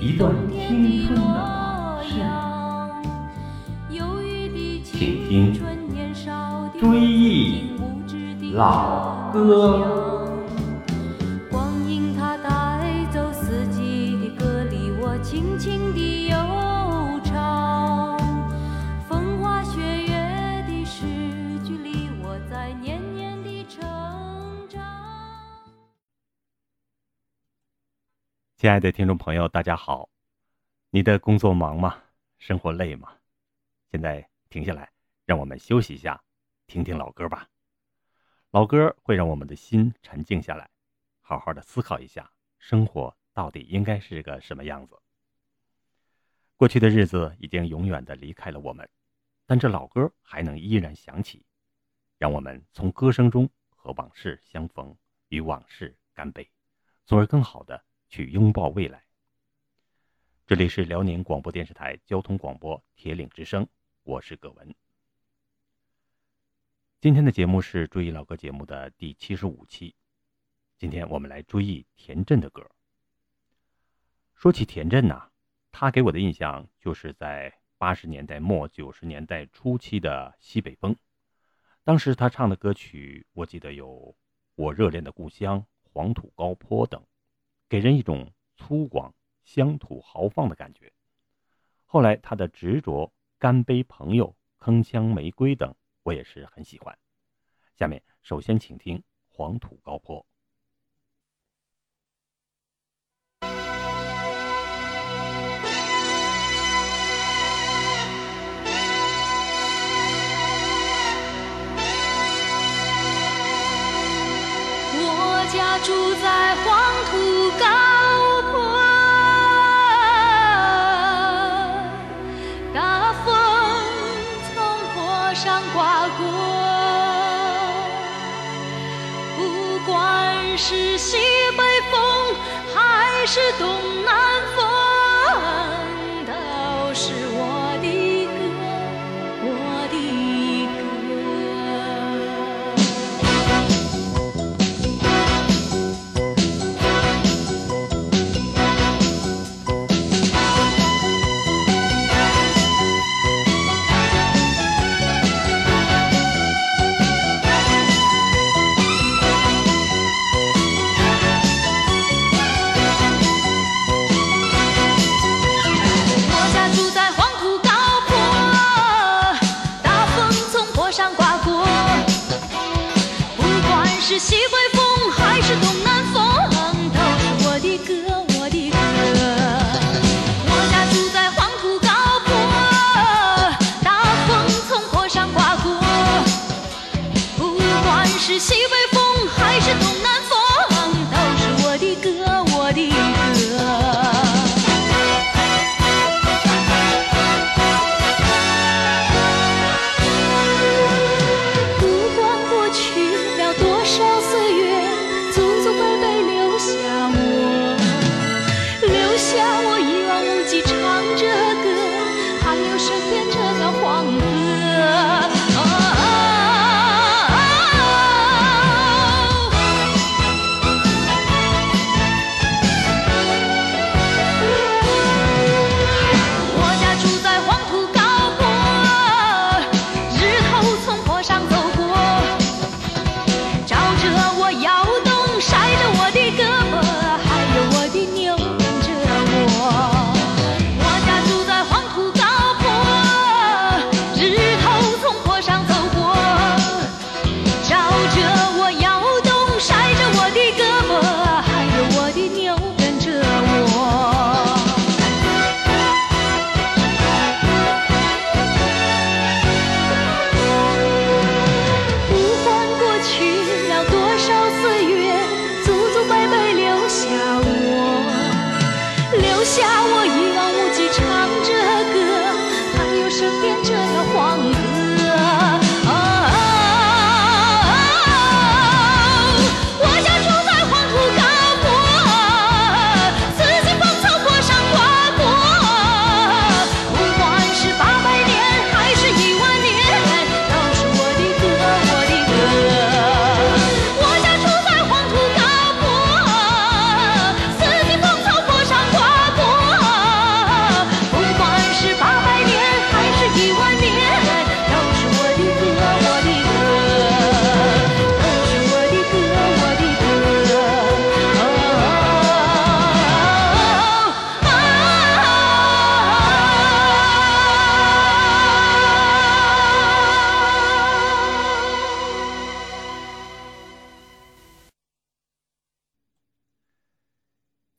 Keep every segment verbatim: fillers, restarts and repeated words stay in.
一段青春的往事，请听《追忆老歌》。 光阴它带走四季的歌里，我轻轻地悠唱。风花雪月的诗句里，我在年年地成长。 亲爱的听众朋友，大家好。你的工作忙吗？生活累吗？现在停下来，让我们休息一下，听听老歌吧。老歌会让我们的心沉静下来，好好的思考一下生活到底应该是个什么样子。过去的日子已经永远的离开了我们，但这老歌还能依然响起，让我们从歌声中和往事相逢，与往事干杯，从而更好的去拥抱未来。这里是辽宁广播电视台交通广播铁岭之声，我是葛文。今天的节目是追忆老歌节目的第七十五期，今天我们来追忆田震的歌。说起田震啊，他给我的印象就是在八十年代末九十年代初期的西北风。当时他唱的歌曲我记得有《我热恋的故乡》《黄土高坡》等，给人一种粗犷乡土豪放的感觉。后来他的执着、干杯朋友、铿锵玫瑰等我也是很喜欢。下面首先请听黄土高坡。 我家住在黄土高坡，大风从坡上刮过，不管是西北风还是东南风，都是我的歌，我的是西北风还是东南风，都是我的歌，我的歌。我家住在黄土高坡，大风从坡上刮过，不管是西北风还是东南风，都是我的歌，我的歌。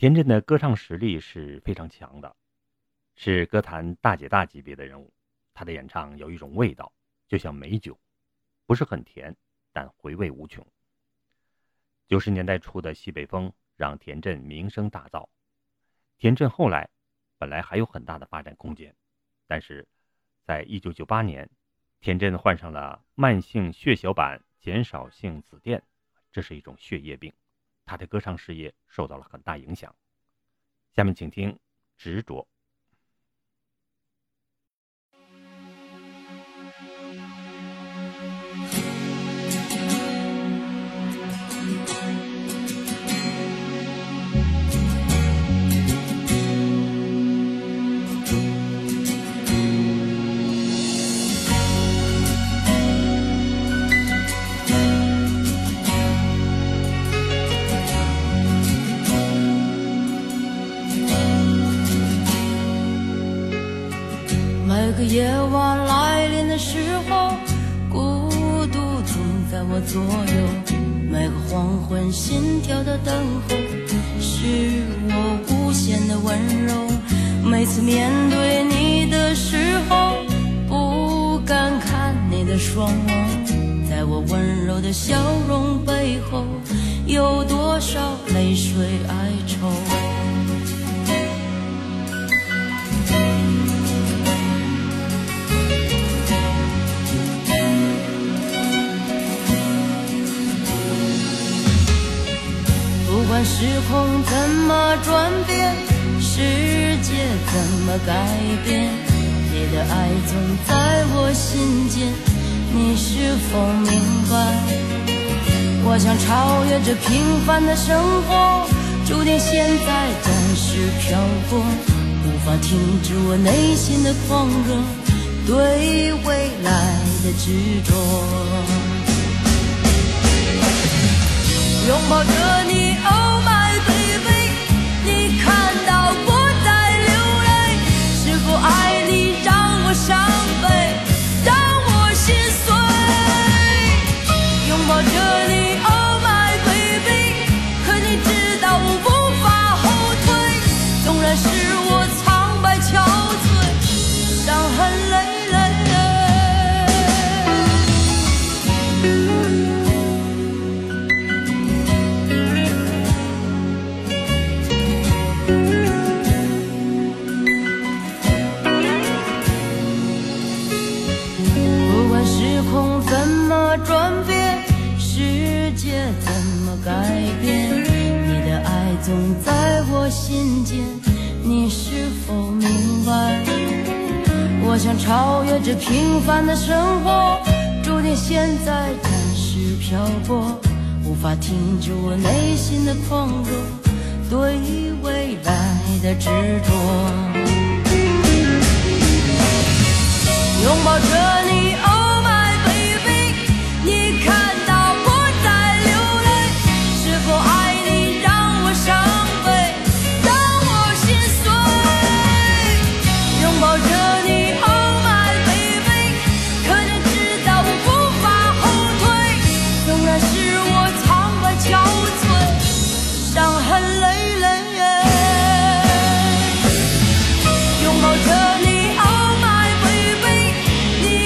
田震的歌唱实力是非常强的，是歌坛大姐大级别的人物。他的演唱有一种味道，就像美酒，不是很甜，但回味无穷。九十年代初的西北风让田震名声大噪。田震后来本来还有很大的发展空间，但是在一九九八年，田震患上了慢性血小板减少性紫癜，这是一种血液病，他的歌唱事业受到了很大影响。下面请听《执着》。 每个夜晚来临的时候，孤独总在我左右，每个黄昏心跳的等候，是我无限的温柔。每次面对你的时候，不敢看你的双眸，在我温柔的笑容背后，有多少泪水哀愁。不管时空怎么转变，世界怎么改变，你的爱总在我心间，你是否明白？我想超越这平凡的生活，注定现在暂时漂泊，无法停止我内心的狂热，对未来的执着。拥抱着你 Oh my baby， 你看到我在流泪，是否爱你让我伤悲，让我心碎。拥抱着你 Oh my baby， 可你知道我无法后退，纵然是我苍白憔悴，伤痕累累。转变，世界怎么改变，你的爱总在我心间，你是否明白？我想超越这平凡的生活，注定现在暂时漂泊，无法停止我内心的狂热，对未来的执着。拥抱着你 Oh my baby， 你看到我在流泪，是否爱你让我伤悲，让我心碎。拥抱着你 Oh my baby， 可你知道我无法后退，纵然是我苍白憔悴，伤痕累累。拥抱着你 Oh my baby， 你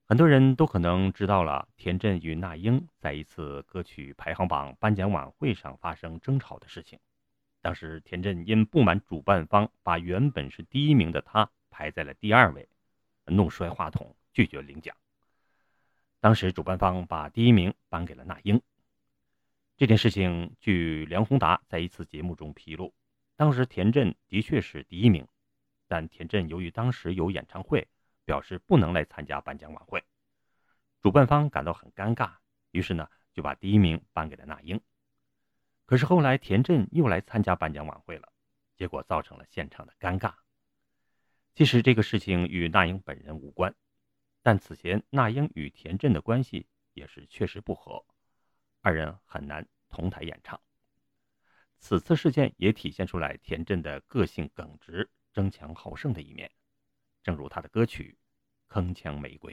很多人都可能知道了田震与那英在一次歌曲排行榜颁奖晚会上发生争吵的事情。当时田震因不满主办方把原本是第一名的他排在了第二位，怒摔话筒，拒绝领奖。当时主办方把第一名颁给了那英。这件事情据梁宏达在一次节目中披露，当时田震的确是第一名，但田震由于当时有演唱会，表示不能来参加颁奖晚会。主办方感到很尴尬，于是呢就把第一名颁给了那英。可是后来田震又来参加颁奖晚会了，结果造成了现场的尴尬。其实这个事情与那英本人无关，但此前那英与田震的关系也是确实不和，二人很难同台演唱。此次事件也体现出来田震的个性耿直、争强好胜的一面，正如他的歌曲《铿锵玫瑰》。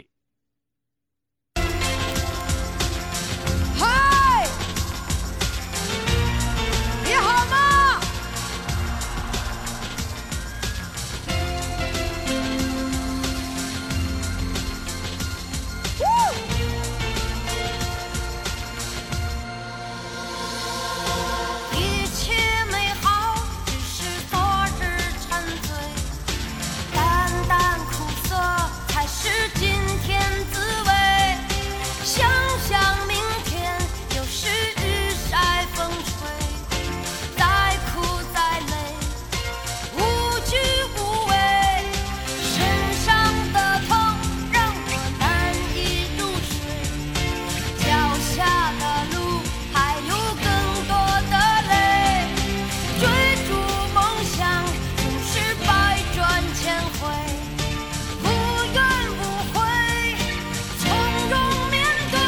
嗨，你好吗？一切美好只是昨日沉醉，淡淡苦涩才是今天滋味。想想明天又是日晒风吹，再苦再累无惧无畏，身上的痛让我难以入睡，脚下的路还有更多的泪，追逐梦想总是百转千回，不怨不悔，从容面对。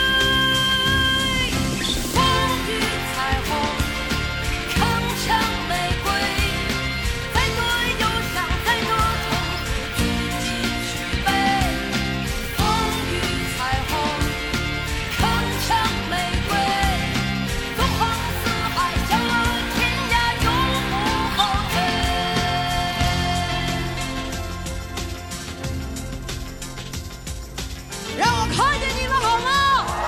风雨彩虹，铿锵玫瑰，再多忧伤，再多痛苦，自己去背。风雨彩虹，铿锵玫瑰，纵横四海，逍遥天涯，永不后退。让我看见你们好吗？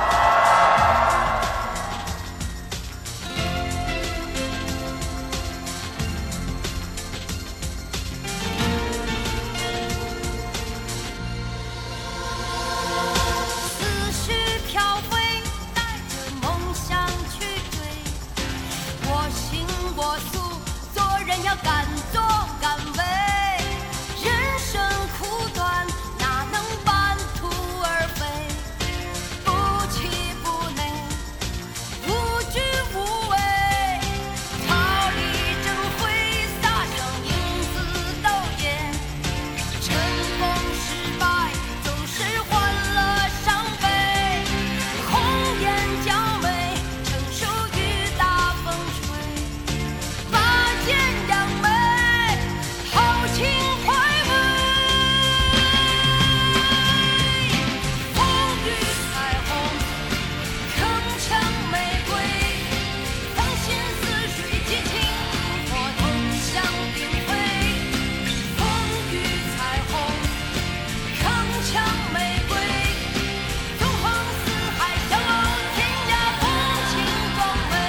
思绪飘飞，带着梦想去追。我行我素，做人要敢作敢为。人生苦短，哪能半途而废？不气不馁，无惧无畏，逃离正轨，撒上英姿斗艳。尘封失败，总是欢乐伤悲。红颜娇美，承受雨打风吹。拔剑扬眉，豪情怀慰。风雨彩虹，铿锵玫瑰，芳心似水，激情如火，同享并飞。风雨彩虹，铿锵玫瑰，纵横四海，逍遥天涯，风情壮美。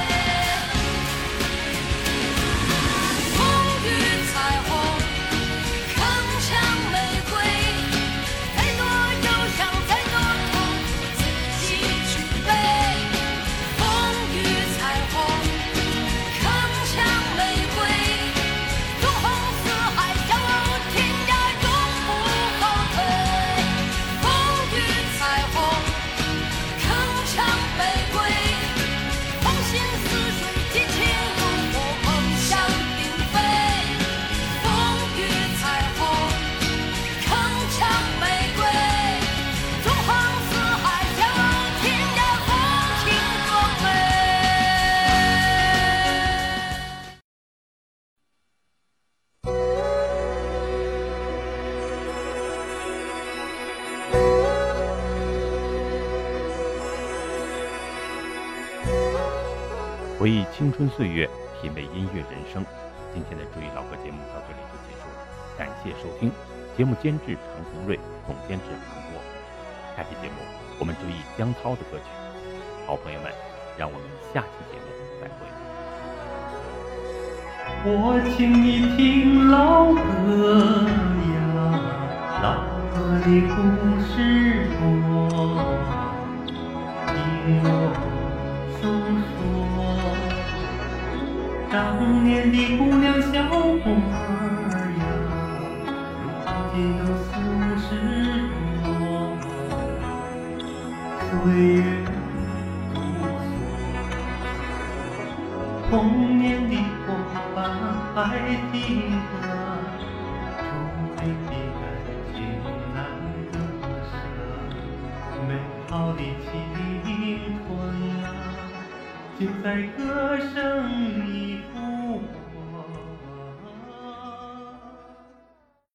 风雨彩虹，铿锵玫瑰，再多忧伤，再多痛苦，自己去背。风雨彩虹，铿锵玫瑰，纵横四海，逍遥天涯，永不后退。风雨彩虹，铿锵玫瑰，芳心似水，激情如火，梦想并飞。风雨彩虹，铿锵玫瑰，纵横四海，逍遥天涯，风情壮美。 回忆青春岁月，品味音乐人生。今天的注意老歌节目到这里就结束了，感谢收听。节目监制陈红瑞，总监制韩波， 下期节目我们追忆江涛的歌曲。好朋友们，让我们下期节目再会。 我请你听老歌呀，老歌的故事多，听我诉说。当年的姑娘小伙儿呀，如今都四十多，岁月如梭，童年的伙伴还记得，初恋的感情难割舍，美好的青春啊，就在歌声里。